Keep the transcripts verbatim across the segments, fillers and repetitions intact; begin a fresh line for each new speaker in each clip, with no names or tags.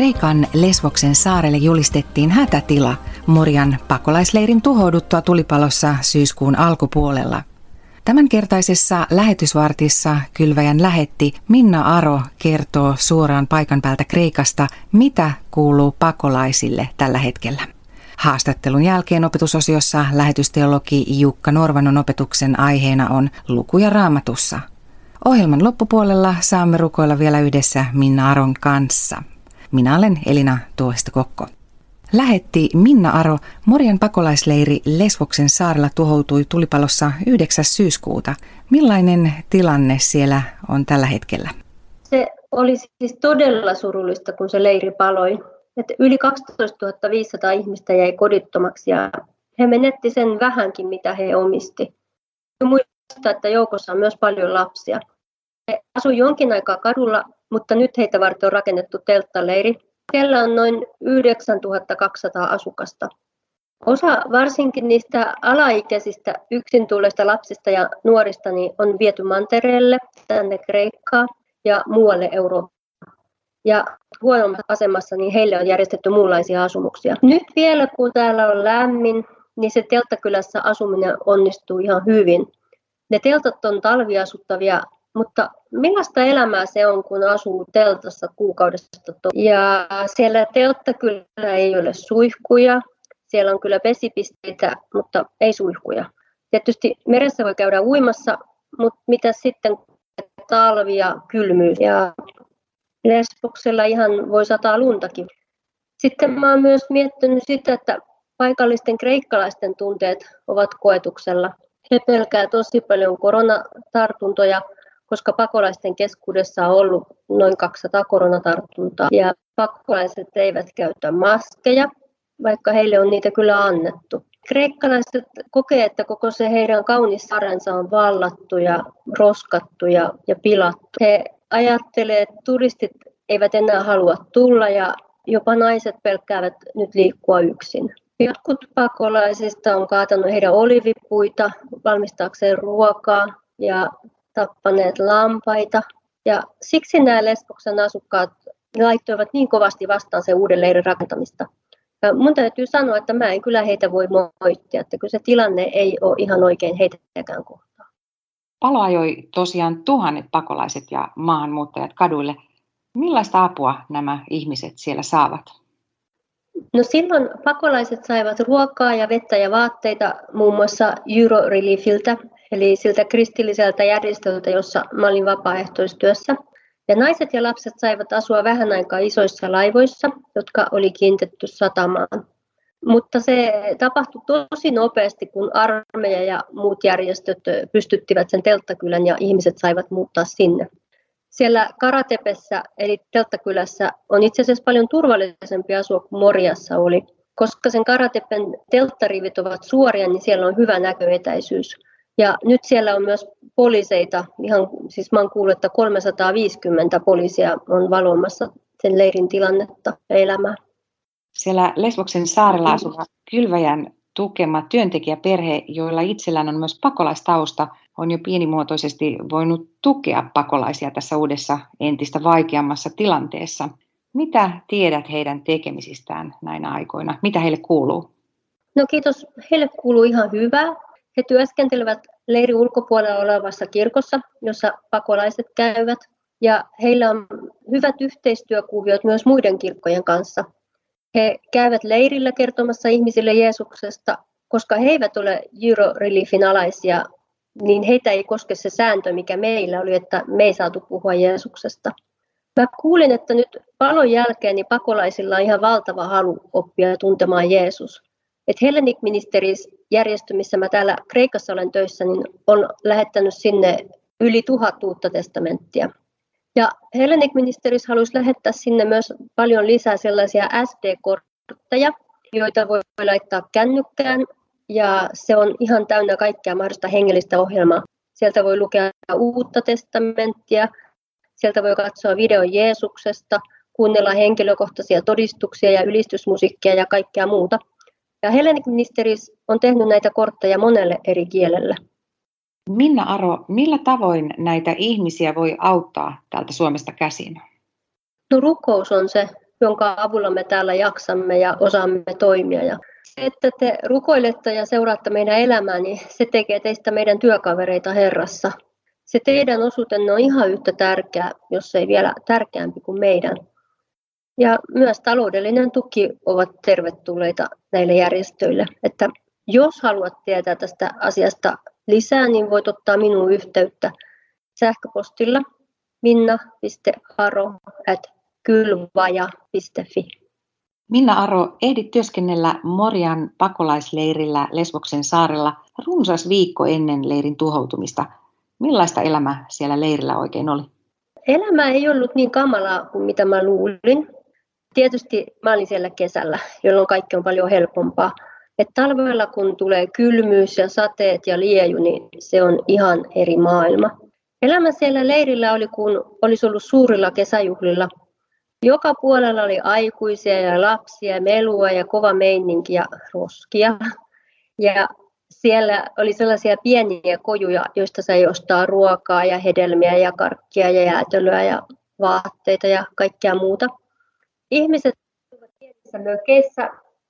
Kreikan Lesvoksen saarelle julistettiin hätätila Morian pakolaisleirin tuhouduttua tulipalossa syyskuun alkupuolella. Tämänkertaisessa lähetysvartissa kylväjän lähetti Minna Aro kertoo suoraan paikan päältä Kreikasta, mitä kuuluu pakolaisille tällä hetkellä. Haastattelun jälkeen opetusosiossa lähetysteologi Jukka Norvanon opetuksen aiheena on lukuja Raamatussa. Ohjelman loppupuolella saamme rukoilla vielä yhdessä Minna Aron kanssa. Minä olen Elina Tuohisto-Kokko. Lähetti Minna Aro. Morian pakolaisleiri Lesvoksen saarella tuhoutui tulipalossa yhdeksäs syyskuuta. Millainen tilanne siellä on tällä hetkellä?
Se oli siis todella surullista, kun se leiri paloi. Että yli kaksitoistatuhatta viisisataa ihmistä jäi kodittomaksi ja he menetti sen vähänkin, mitä he omisti. Muistaa, että joukossa on myös paljon lapsia. He asuivat jonkin aikaa kadulla, mutta nyt heitä varten on rakennettu telttaleiri. Siellä on noin yhdeksäntuhatta kaksisataa asukasta. Osa varsinkin niistä alaikäisistä yksin tulleista lapsista ja nuorista niin on viety mantereelle, tänne Kreikkaan ja muualle Eurooppaan. Ja huonommassa asemassa niin heille on järjestetty muunlaisia asumuksia. Nyt vielä kun täällä on lämmin, niin se telttakylässä asuminen onnistuu ihan hyvin. Ne teltat on talviasuttavia, mutta millaista elämää se on, kun asuu teltassa kuukaudesta? Ja siellä telttakylällä ei ole suihkuja, siellä on kyllä vesipisteitä, mutta ei suihkuja. Tietysti meressä voi käydä uimassa, mutta mitä sitten talvi ja kylmyys. Ja Lesboksella ihan voi sataa luntakin. Sitten mä oon myös miettinyt sitä, että paikallisten kreikkalaisten tunteet ovat koetuksella. He pelkäävät tosi paljon koronatartuntoja, koska pakolaisten keskuudessa on ollut noin kaksisataa koronatartuntaa. Ja pakolaiset eivät käytä maskeja, vaikka heille on niitä kyllä annettu. Kreikkalaiset kokee, että koko se heidän kaunis saarensa on vallattu ja roskattu ja, ja pilattu. He ajattelee, että turistit eivät enää halua tulla ja jopa naiset pelkäävät nyt liikkua yksin. Jotkut pakolaisista on kaatanut heidän olivipuita valmistaakseen ruokaa ja tappaneet lampaita. Ja siksi nämä Lesboksen asukkaat laittoivat niin kovasti vastaan sen uuden leirin rakentamista. Ja mun täytyy sanoa, että mä en kyllä heitä voi moittia, että kyllä se tilanne ei ole ihan oikein heitäkään kohtaan.
Palo ajoi tosiaan tuhannet pakolaiset ja maahanmuuttajat kaduille. Millaista apua nämä ihmiset siellä saavat?
No silloin pakolaiset saivat ruokaa ja vettä ja vaatteita muun muassa Euroreliefiltä, eli siltä kristilliseltä järjestöltä, jossa mä olin vapaaehtoistyössä. Ja naiset ja lapset saivat asua vähän aikaa isoissa laivoissa, jotka oli kiinnitetty satamaan. Mutta se tapahtui tosi nopeasti, kun armeija ja muut järjestöt pystyttivät sen telttakylän ja ihmiset saivat muuttaa sinne. Siellä Karatepessä eli telttakylässä on itse asiassa paljon turvallisempi asua kuin Moriassa oli. Koska sen Karatepen telttarivit ovat suoria, niin siellä on hyvä näköetäisyys. Ja nyt siellä on myös poliiseita, ihan, siis mä oon kuullut, että kolmesataaviisikymmentä poliisia on valvomassa sen leirin tilannetta ja elämää.
Siellä Lesvoksen saarella asuva kylväjän tukema työntekijäperhe, joilla itsellään on myös pakolaistausta, on jo pienimuotoisesti voinut tukea pakolaisia tässä uudessa entistä vaikeammassa tilanteessa. Mitä tiedät heidän tekemisistään näinä aikoina? Mitä heille kuuluu?
No kiitos. Heille kuuluu ihan hyvää. He työskentelevät leirin ulkopuolella olevassa kirkossa, jossa pakolaiset käyvät. Ja heillä on hyvät yhteistyökuviot myös muiden kirkkojen kanssa. He käyvät leirillä kertomassa ihmisille Jeesuksesta, koska he eivät ole Euroreliefin alaisia, niin heitä ei koske se sääntö, mikä meillä oli, että me ei saatu puhua Jeesuksesta. Mä kuulin, että nyt palon jälkeen niin pakolaisilla on ihan valtava halu oppia tuntemaan Jeesus. Et Hellenic Ministries järjestö, missä mä täällä Kreikassa olen töissä, niin on lähettänyt sinne yli tuhat uutta testamenttia. Ja Hellenic Ministries haluaisi lähettää sinne myös paljon lisää sellaisia S D-kortteja, joita voi laittaa kännykkään. Ja se on ihan täynnä kaikkea mahdollista hengellistä ohjelmaa. Sieltä voi lukea uutta testamenttia, sieltä voi katsoa video Jeesuksesta, kuunnella henkilökohtaisia todistuksia ja ylistysmusiikkia ja kaikkea muuta. Ja Hellenic Ministries on tehnyt näitä kortteja monelle eri kielellä.
Minna Aro, millä tavoin näitä ihmisiä voi auttaa täältä Suomesta käsin?
No rukous on se, jonka avulla me täällä jaksamme ja osaamme toimia. Ja se, että te rukoilette ja seuraatte meidän elämää, niin se tekee teistä meidän työkavereita Herrassa. Se teidän osuutenne on ihan yhtä tärkeä, jos ei vielä tärkeämpi kuin meidän. Ja myös taloudellinen tuki ovat tervetulleita näille järjestöille. Että jos haluat tietää tästä asiasta lisää, niin voit ottaa minuun yhteyttä sähköpostilla minna piste aro ät kylvaja piste fi.
Minna Aro, ehdit työskennellä Morian pakolaisleirillä Lesboksen saarella runsas viikko ennen leirin tuhoutumista. Millaista elämä siellä leirillä oikein oli?
Elämä ei ollut niin kamalaa kuin mitä mä luulin. Tietysti mä olin siellä kesällä, jolloin kaikki on paljon helpompaa. Et talvella kun tulee kylmyys ja sateet ja lieju, niin se on ihan eri maailma. Elämä siellä leirillä oli kun olisi ollut suurilla kesäjuhlilla. Joka puolella oli aikuisia ja lapsia, melua ja kova meininki ja roskia. Ja siellä oli sellaisia pieniä kojuja, joista sai ostaa ruokaa ja hedelmiä ja karkkia ja jäätelöä ja vaatteita ja kaikkea muuta. Ihmiset olivat pienissä mökeissä,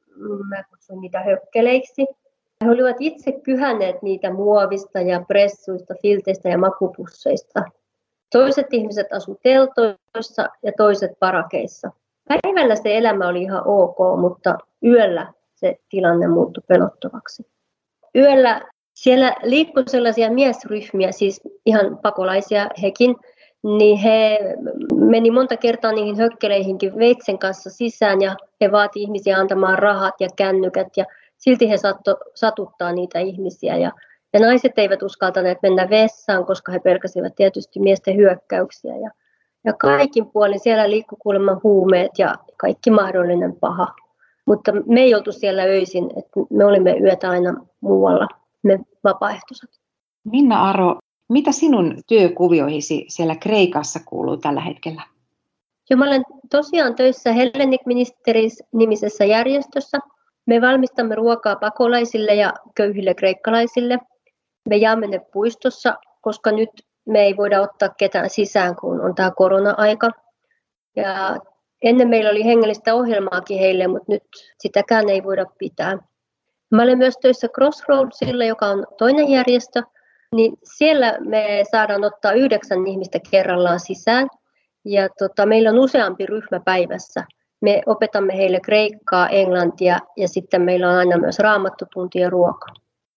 mä kutsun niitä hökkeleiksi. He olivat itse kyhänneet niitä muovista ja pressuista, filteistä ja makupusseista. Toiset ihmiset asuivat teltoissa ja toiset parakeissa. Päivällä se elämä oli ihan ok, mutta yöllä se tilanne muuttui pelottavaksi. Yöllä siellä liikkui sellaisia miesryhmiä, siis ihan pakolaisia hekin, niin he meni monta kertaa niihin hökkeleihinkin veitsen kanssa sisään ja he vaati ihmisiä antamaan rahat ja kännykät ja silti he saatto satuttaa niitä ihmisiä. Ja, ja naiset eivät uskaltaneet mennä vessaan, koska he pelkäsivät tietysti miesten hyökkäyksiä. Ja, ja kaikin puolin siellä liikkui kuulemma huumeet ja kaikki mahdollinen paha. Mutta me ei oltu siellä öisin, että me olimme yötä aina muualla, me vapaaehtoiset.
Minna Aro, mitä sinun työkuvioihisi siellä Kreikassa kuuluu tällä hetkellä?
Jo, mä olen tosiaan töissä Hellenic Ministries-nimisessä järjestössä. Me valmistamme ruokaa pakolaisille ja köyhille kreikkalaisille. Me jaamme ne puistossa, koska nyt me ei voida ottaa ketään sisään, kun on tämä korona-aika. Ja ennen meillä oli hengellistä ohjelmaakin heille, mutta nyt sitäkään ei voida pitää. Mä olen myös töissä Crossroadsilla, joka on toinen järjestö. Niin siellä me saadaan ottaa yhdeksän ihmistä kerrallaan sisään. Ja tota, meillä on useampi ryhmä päivässä. Me opetamme heille kreikkaa, englantia ja sitten meillä on aina myös raamattotunti ja ruoka.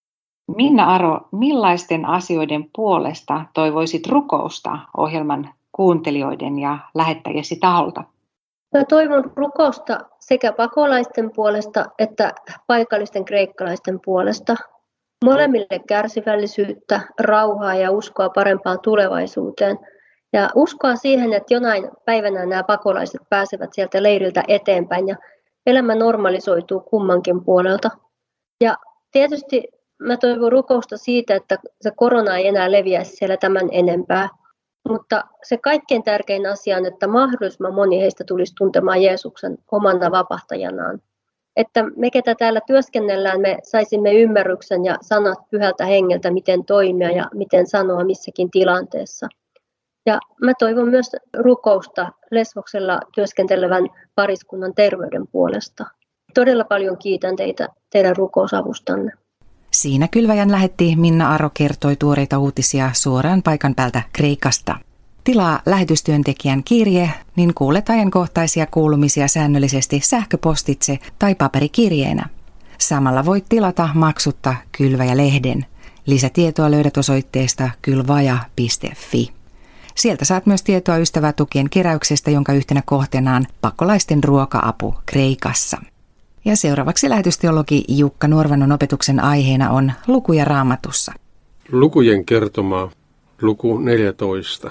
Minna Aro, millaisten asioiden puolesta toivoisit rukousta ohjelman kuuntelijoiden ja lähettäjäsi taholta?
Mä toivon rukousta sekä pakolaisten puolesta että paikallisten kreikkalaisten puolesta. Molemmille kärsivällisyyttä, rauhaa ja uskoa parempaan tulevaisuuteen. Ja uskoa siihen, että jonain päivänä nämä pakolaiset pääsevät sieltä leiriltä eteenpäin ja elämä normalisoituu kummankin puolelta. Ja tietysti mä toivon rukousta siitä, että se korona ei enää leviäisi siellä tämän enempää. Mutta se kaikkein tärkein asia on, että mahdollisimman moni heistä tulisi tuntemaan Jeesuksen omana vapahtajanaan. Että me, ketä täällä työskennellään, me saisimme ymmärryksen ja sanat Pyhältä Hengeltä, miten toimia ja miten sanoa missäkin tilanteessa. Ja mä toivon myös rukousta Lesboksella työskentelevän pariskunnan terveyden puolesta. Todella paljon kiitän teitä teidän rukousavustanne.
Siinä Kylväjän lähetti Minna Aro kertoi tuoreita uutisia suoraan paikan päältä Kreikasta. Tilaa lähetystyöntekijän kirje, niin kuulet ajankohtaisia kuulumisia säännöllisesti sähköpostitse tai paperikirjeenä. Samalla voit tilata maksutta Kylväjä-lehden. Lisätietoa löydät osoitteesta kylvaja piste fi. Sieltä saat myös tietoa ystävätukien keräyksestä, jonka yhtenä kohteena on pakolaisten ruoka-apu Kreikassa. Ja seuraavaksi lähetysteologi Jukka Nuorvanon opetuksen aiheena on lukuja Raamatussa.
Lukujen kertomaa, luku neljätoista.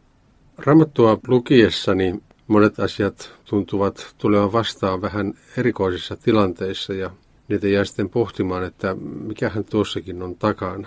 Raamattua lukiessani monet asiat tuntuvat tulevan vastaan vähän erikoisissa tilanteissa ja niitä jää sitten pohtimaan, että mikähän tuossakin on takana.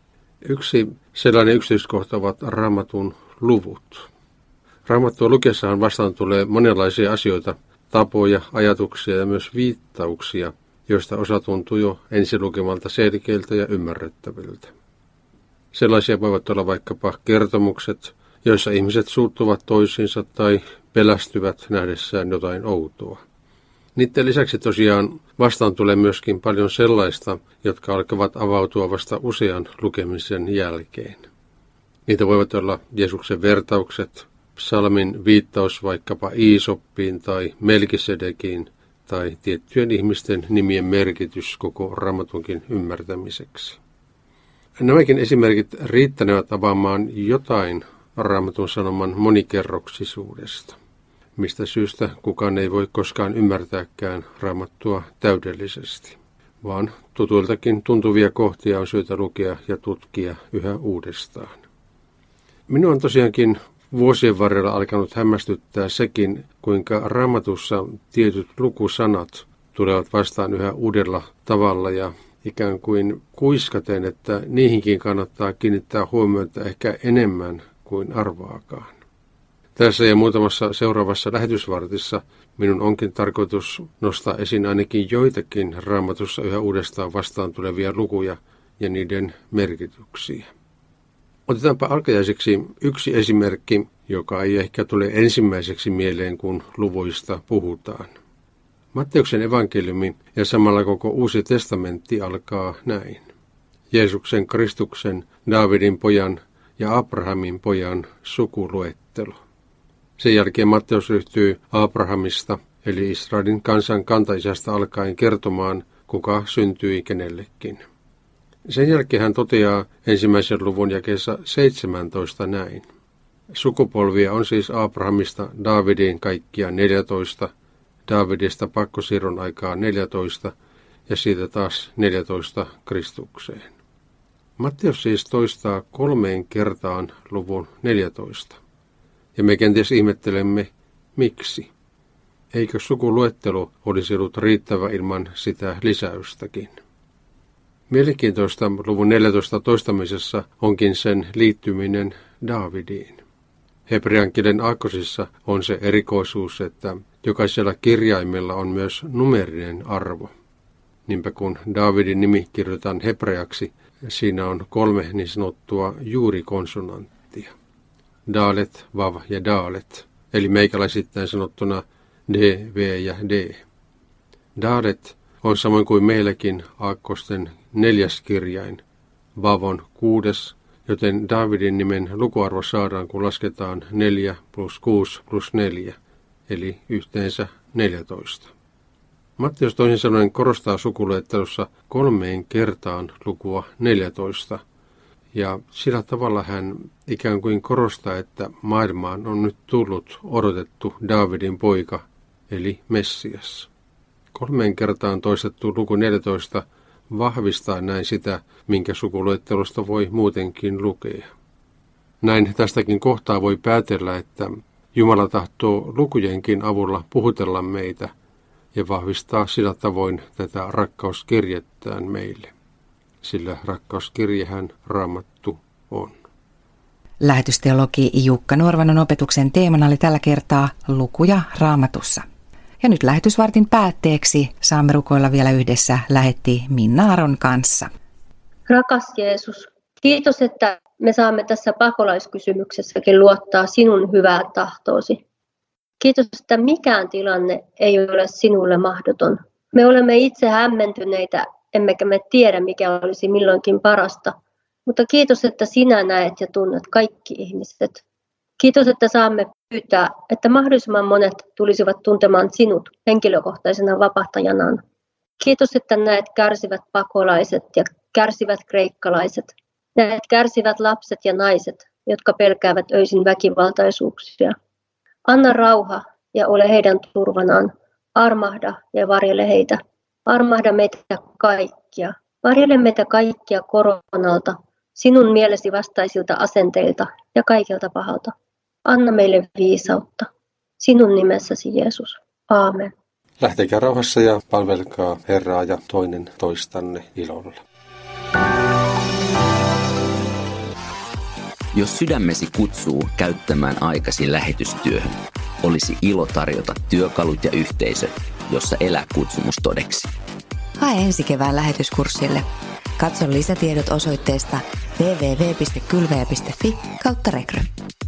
Yksi sellainen yksityiskohta ovat Raamatun luvut. Raamattua lukiessahan vastaan tulee monenlaisia asioita, tapoja, ajatuksia ja myös viittauksia, joista osa tuntuu jo ensilukemalta selkeiltä ja ymmärrettäviltä. Sellaisia voivat olla vaikkapa kertomukset joissa ihmiset suuttuvat toisiinsa tai pelästyvät nähdessään jotain outoa. Niiden lisäksi tosiaan vastaan tulee myöskin paljon sellaista, jotka alkavat avautua vasta usean lukemisen jälkeen. Niitä voivat olla Jeesuksen vertaukset, psalmin viittaus vaikkapa Iisoppiin tai Melkisedekiin tai tiettyjen ihmisten nimien merkitys koko Raamatunkin ymmärtämiseksi. Nämäkin esimerkit riittänevät avaamaan jotain Raamatun sanoman monikerroksisuudesta, mistä syystä kukaan ei voi koskaan ymmärtääkään Raamattua täydellisesti, vaan tutuiltakin tuntuvia kohtia on syytä lukea ja tutkia yhä uudestaan. Minua on tosiaankin vuosien varrella alkanut hämmästyttää sekin, kuinka Raamatussa tietyt lukusanat tulevat vastaan yhä uudella tavalla ja ikään kuin kuiskaten, että niihinkin kannattaa kiinnittää huomiota ehkä enemmän kuin arvaakaan. Tässä ja muutamassa seuraavassa lähetysvartissa minun onkin tarkoitus nostaa esiin ainakin joitakin Raamatussa yhä uudestaan vastaan tulevia lukuja ja niiden merkityksiä. Otetaanpa alkajaiseksi yksi esimerkki, joka ei ehkä tule ensimmäiseksi mieleen, kun luvuista puhutaan. Matteuksen evankeliumi ja samalla koko Uusi testamentti alkaa näin. Jeesuksen Kristuksen, Daavidin pojan ja Abrahamin pojan sukuluettelo. Sen jälkeen Matteus ryhtyy Abrahamista, eli Israelin kansan kantaisästä alkaen kertomaan, kuka syntyi kenellekin. Sen jälkeen hän toteaa ensimmäisen luvun jakeessa seitsemäntoista näin. Sukupolvia on siis Abrahamista Daavidiin kaikkia neljätoista, Daavidista pakkosiirron aikaa neljätoista ja siitä taas neljätoista Kristukseen. Matteus siis toistaa kolmeen kertaan luvun neljätoista. Ja me kenties ihmettelemme, miksi. Eikö sukuluettelo olisi ollut riittävä ilman sitä lisäystäkin? Mielenkiintoista luvun neljätoista toistamisessa onkin sen liittyminen Daavidiin. Hebrean kielen aakkosissa on se erikoisuus, että jokaisella kirjaimella on myös numerinen arvo. Niinpä kun Daavidin nimi kirjoitetaan hebreaksi, siinä on kolme niin sanottua juurikonsonanttia. Dalet, vav ja dalet, eli meikäläisittäin sanottuna d, v ja d. Dalet on samoin kuin meilläkin aakkosten neljäs kirjain, vav on kuudes, joten Daavidin nimen lukuarvo saadaan, kun lasketaan neljä plus kuusi plus neljä, eli yhteensä neljätoista. Matteus toisin sanoen korostaa sukuluettelossa kolmeen kertaan lukua neljätoista, ja sillä tavalla hän ikään kuin korostaa, että maailmaan on nyt tullut odotettu Daavidin poika, eli Messias. Kolmeen kertaan toistettu luku neljätoista vahvistaa näin sitä, minkä sukuluettelosta voi muutenkin lukea. Näin tästäkin kohtaa voi päätellä, että Jumala tahtoo lukujenkin avulla puhutella meitä ja vahvistaa sillä tavoin tätä rakkauskirjettään meille. Sillä rakkauskirjehän Raamattu on.
Lähetysteologi Jukka Nuorvanon opetuksen teemana oli tällä kertaa lukuja Raamatussa. Ja nyt lähetysvartin päätteeksi saamme rukoilla vielä yhdessä lähetti Minna Aron kanssa.
Rakas Jeesus, kiitos, että me saamme tässä pakolaiskysymyksessäkin luottaa sinun hyvää tahtoosi. Kiitos, että mikään tilanne ei ole sinulle mahdoton. Me olemme itse hämmentyneitä, emmekä me tiedä, mikä olisi milloinkin parasta. Mutta kiitos, että sinä näet ja tunnet kaikki ihmiset. Kiitos, että saamme pyytää, että mahdollisimman monet tulisivat tuntemaan sinut henkilökohtaisena vapahtajanaan. Kiitos, että näet kärsivät pakolaiset ja kärsivät kreikkalaiset. Näet kärsivät lapset ja naiset, jotka pelkäävät öisin väkivaltaisuuksia. Anna rauha ja ole heidän turvanaan. Armahda ja varjele heitä. Armahda meitä kaikkia. Varjele meitä kaikkia koronalta, sinun mielesi vastaisilta asenteilta ja kaikelta pahalta. Anna meille viisautta. Sinun nimessäsi, Jeesus. Aamen.
Lähtekää rauhassa ja palvelkaa Herraa ja toinen toistanne ilolla.
Jos sydämesi kutsuu käyttämään aikasi lähetystyöhön, olisi ilo tarjota työkalut ja yhteisö, jossa elää kutsumus todeksi.
Hae ensi kevään lähetyskurssille. Katso lisätiedot osoitteesta double-u double-u double-u piste kylväjä piste fi kautta rekry.